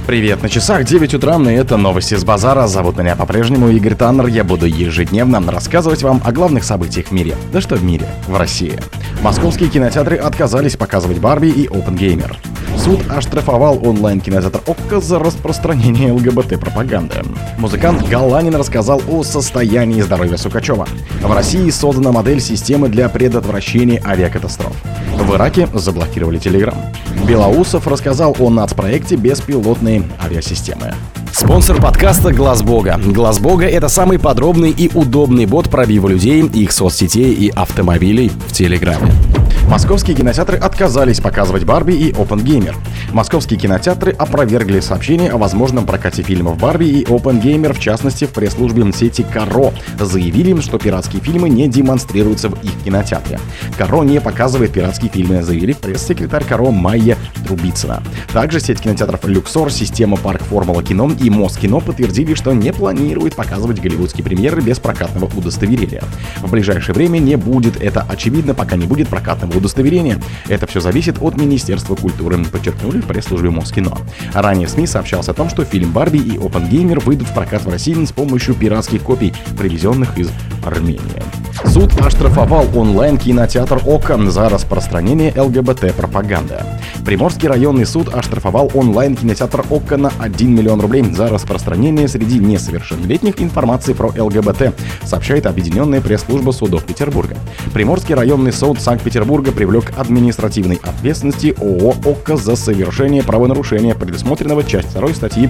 Привет, на часах 9 утра, и это новости с базара. Зовут меня по-прежнему Игорь Таннер. Я буду ежедневно рассказывать вам о главных событиях в мире. Да что в мире, в России. Московские кинотеатры отказались показывать Барби и Опенгеймер. Суд оштрафовал онлайн-кинотеатр ОККО за распространение ЛГБТ-пропаганды. Музыкант Галанин рассказал о состоянии здоровья Сукачева. В России создана модель системы для предотвращения авиакатастроф. В Ираке заблокировали Telegram. Белоусов рассказал о нацпроекте беспилотной авиасистемы. Спонсор подкаста Глаз Бога. Глаз Бога — это самый подробный и удобный бот пробива людей, их соцсетей и автомобилей в Телеграме. Московские кинотеатры отказались показывать Барби и Опенгеймер. Московские кинотеатры опровергли сообщение о возможном прокате фильмов Барби и Опенгеймер, в частности в пресс-службе сети Каро. Заявили, что пиратские фильмы не демонстрируются в их кинотеатре. Каро не показывает пиратские фильмы, заявили пресс-секретарь Каро Майя Трубицына. Также сеть кинотеатров Люксор, система Парк Формула Кино и Москино подтвердили, что не планирует показывать голливудские премьеры без прокатного удостоверения. В ближайшее время не будет, это очевидно, пока не будет прокатного удостоверения. Это все зависит от Министерства культуры, подчеркнули в пресс-службе Москино. Ранее в СМИ сообщалось о том, что фильм Барби и Опенгеймер выйдут в прокат в России с помощью пиратских копий, привезенных из Армении. Суд оштрафовал онлайн-кинотеатр ОККО за распространение ЛГБТ-пропаганды. Приморский районный суд оштрафовал онлайн-кинотеатр ОККО на 1 миллион рублей за распространение среди несовершеннолетних информации про ЛГБТ, сообщает объединенная пресс-служба судов Петербурга. Приморский районный суд Санкт-Петербурга привлек к административной ответственности ООО «ОККО» за совершение правонарушения, предусмотренного часть 2 статьи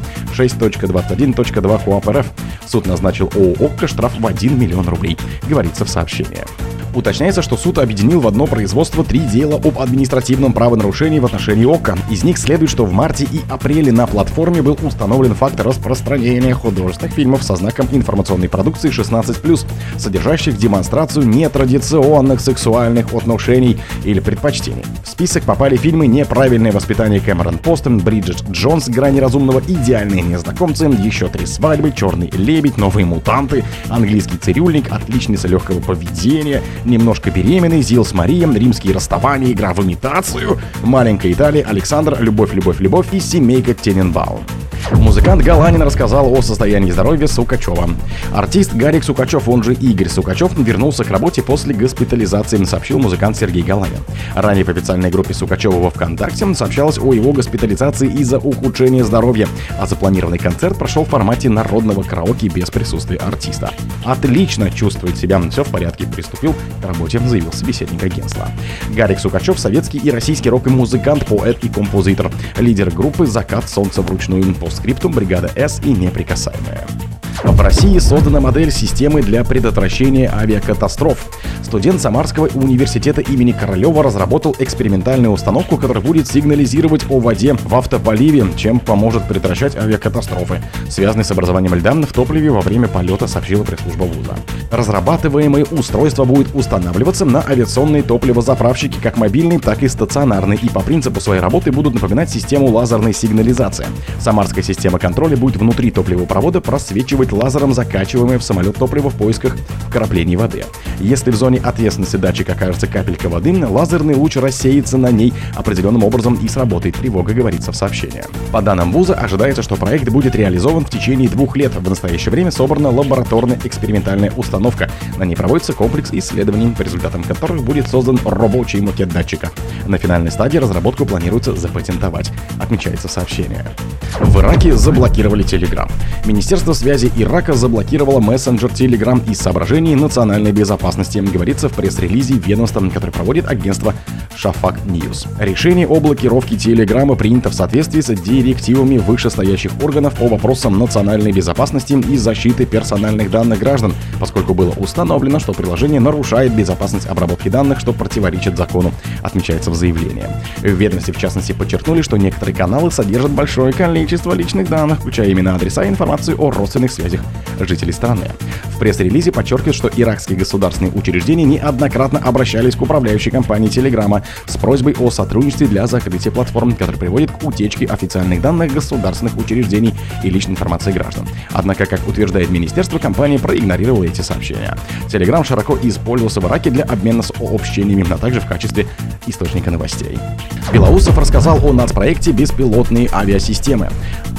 6.21.2 КоАП РФ. Суд назначил ООО «ОККО» штраф в 1 миллион рублей, говорится в сообщении. Уточняется, что суд объединил в одно производство 3 дела об административном правонарушении в отношении ОККО. Из них следует, что в марте и апреле на платформе был установлен факт распространения художественных фильмов со знаком информационной продукции 16+, содержащих демонстрацию нетрадиционных сексуальных отношений или предпочтений. В список попали фильмы «Неправильное воспитание Кэмерон Постон», «Бриджит Джонс. Грани разумного», «Идеальные незнакомцы», «Еще 3 свадьбы», «Черный лебедь», «Новые мутанты», «Английский цирюльник», «Отличница легкого поведения», «Немножко беременный», «Зил с Марией», «Римские расставания», «Игра в имитацию», «Маленькая Италия», «Александр», «Любовь, любовь, любовь» и «Семейка Тененбаум». Музыкант Галанин рассказал о состоянии здоровья Сукачева. Артист Гарик Сукачев, он же Игорь Сукачев, вернулся к работе после госпитализации, сообщил музыкант Сергей Галанин. Ранее в официальной группе Сукачева во ВКонтакте сообщалось о его госпитализации из-за ухудшения здоровья, а запланированный концерт прошел в формате народного караоке без присутствия артиста. «Отлично чувствует себя, все в порядке», приступил к работе, заявил собеседник агентства. Гарик Сукачев — советский и российский рок-музыкант, поэт и композитор, лидер группы «Закат солнца вручную», по скриптум «Бригада С» и «Неприкасаемая». В России создана модель системы для предотвращения авиакатастроф. Студент Самарского университета имени Королева разработал экспериментальную установку, которая будет сигнализировать о воде в автополиве, чем поможет предотвращать авиакатастрофы, связанные с образованием льда в топливе во время полета, сообщила пресс-служба вуза. Разрабатываемое устройство будет устанавливаться на авиационные топливозаправщики, как мобильные, так и стационарные, и по принципу своей работы будут напоминать систему лазерной сигнализации. Самарская система контроля будет внутри топливопровода просвечивать лазером закачиваемое в самолет топливо в поисках вкраплений воды. Если в зоне ответственности датчика окажется капелька воды, лазерный луч рассеется на ней определенным образом и сработает тревога, говорится в сообщении. По данным вуза, ожидается, что проект будет реализован в течение 2 лет. В настоящее время собрана лабораторная экспериментальная установка. На ней проводится комплекс исследований, по результатам которых будет создан рабочий макет датчика. На финальной стадии разработку планируется запатентовать, отмечается сообщение. В Ираке заблокировали Telegram. Министерство связи Ирака заблокировало мессенджер Telegram из соображений национальной безопасности, говорится в пресс-релизе ведомства, который проводит агентство Шафак Ньюс. Решение о блокировке Телеграма принято в соответствии с директивами вышестоящих органов по вопросам национальной безопасности и защиты персональных данных граждан, поскольку было установлено, что приложение нарушает безопасность обработки данных, что противоречит закону, отмечается в заявлении. В ведомстве, в частности, подчеркнули, что некоторые каналы содержат большое количество личных данных, включая имена, адреса и информацию о родственных связях жителей страны. В пресс-релизе подчеркивают, что иракские государственные учреждения неоднократно обращались к управляющей компании Телеграма с просьбой о сотрудничестве для закрытия платформ, который приводит к утечке официальных данных государственных учреждений и личной информации граждан. Однако, как утверждает министерство, компания проигнорировала эти сообщения. Телеграм широко использовался в Ираке для обмена сообщениями, а также в качестве источника новостей. Белоусов рассказал о нацпроекте беспилотные авиасистемы.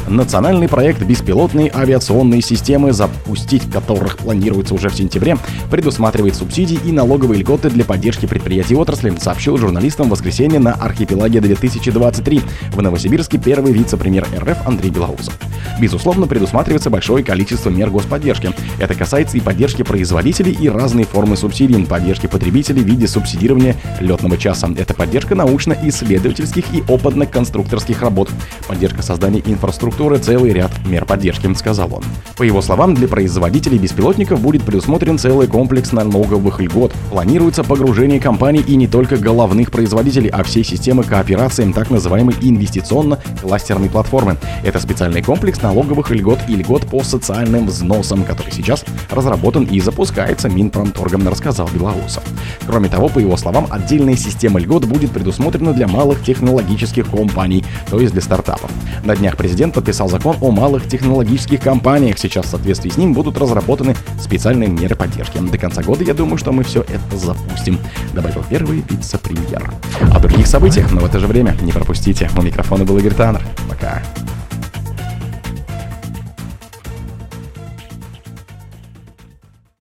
Национальный проект «Беспилотные авиационные системы», запустить которых планируется уже в сентябре, предусматривает субсидии и налоговые льготы для поддержки предприятий отрасли, сообщил журналистам в воскресенье на Архипелаге 2023 в Новосибирске первый вице-премьер РФ Андрей Белоусов. Безусловно, предусматривается большое количество мер господдержки. Это касается и поддержки производителей, и разные формы субсидий, поддержки потребителей в виде субсидирования летного часа. Это поддержка научно-исследовательских и опытно-конструкторских работ, поддержка создания инфраструктуры, целый ряд мер поддержки, сказал он. По его словам, для производителей беспилотников будет предусмотрен целый комплекс налоговых льгот. Планируется погружение компаний и не только головных производителей, а всей системы кооперации, так называемой инвестиционно-кластерной платформы. Это специальный комплекс налоговых льгот и льгот по социальным взносам, который сейчас разработан и запускается Минпромторгом, рассказал Белоусов. Кроме того, по его словам, отдельная система льгот будет предусмотрена для малых технологических компаний, то есть для стартапов. На днях президент подписал закон о малых технологических компаниях. Сейчас в соответствии с ним будут разработаны специальные меры поддержки. До конца года, я думаю, что мы все это запустим, добавил первый вице-премьер. О других событиях, но в это же время не пропустите. У микрофона был Игорь Таннер. Пока.